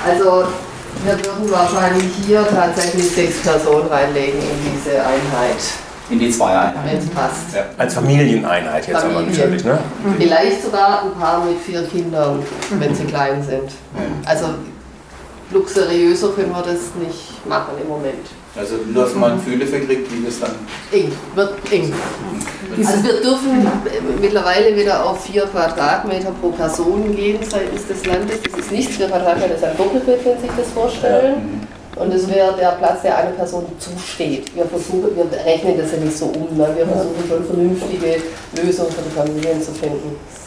Also wir würden wahrscheinlich hier tatsächlich 6 Personen reinlegen in diese Einheit. In die Zweieinheit. Wenn es passt. Ja. Als Familieneinheit jetzt aber natürlich, ne? Vielleicht sogar ein Paar mit 4 Kindern, wenn sie klein sind. Also luxuriöser können wir das nicht machen im Moment. Also nur, dass man ein Gefühl dafür kriegt, wie das dann... Eng, wird eng. Also wir dürfen mittlerweile wieder auf 4 Quadratmeter pro Person gehen seitens des Landes. Das ist nicht 4 Quadratmeter, das ist ein Doppelbett, wenn Sie sich das vorstellen. Und das wäre der Platz, der einer Person zusteht. Wir rechnen das ja nicht so um, ne? Wir versuchen schon vernünftige Lösungen für die Familien zu finden.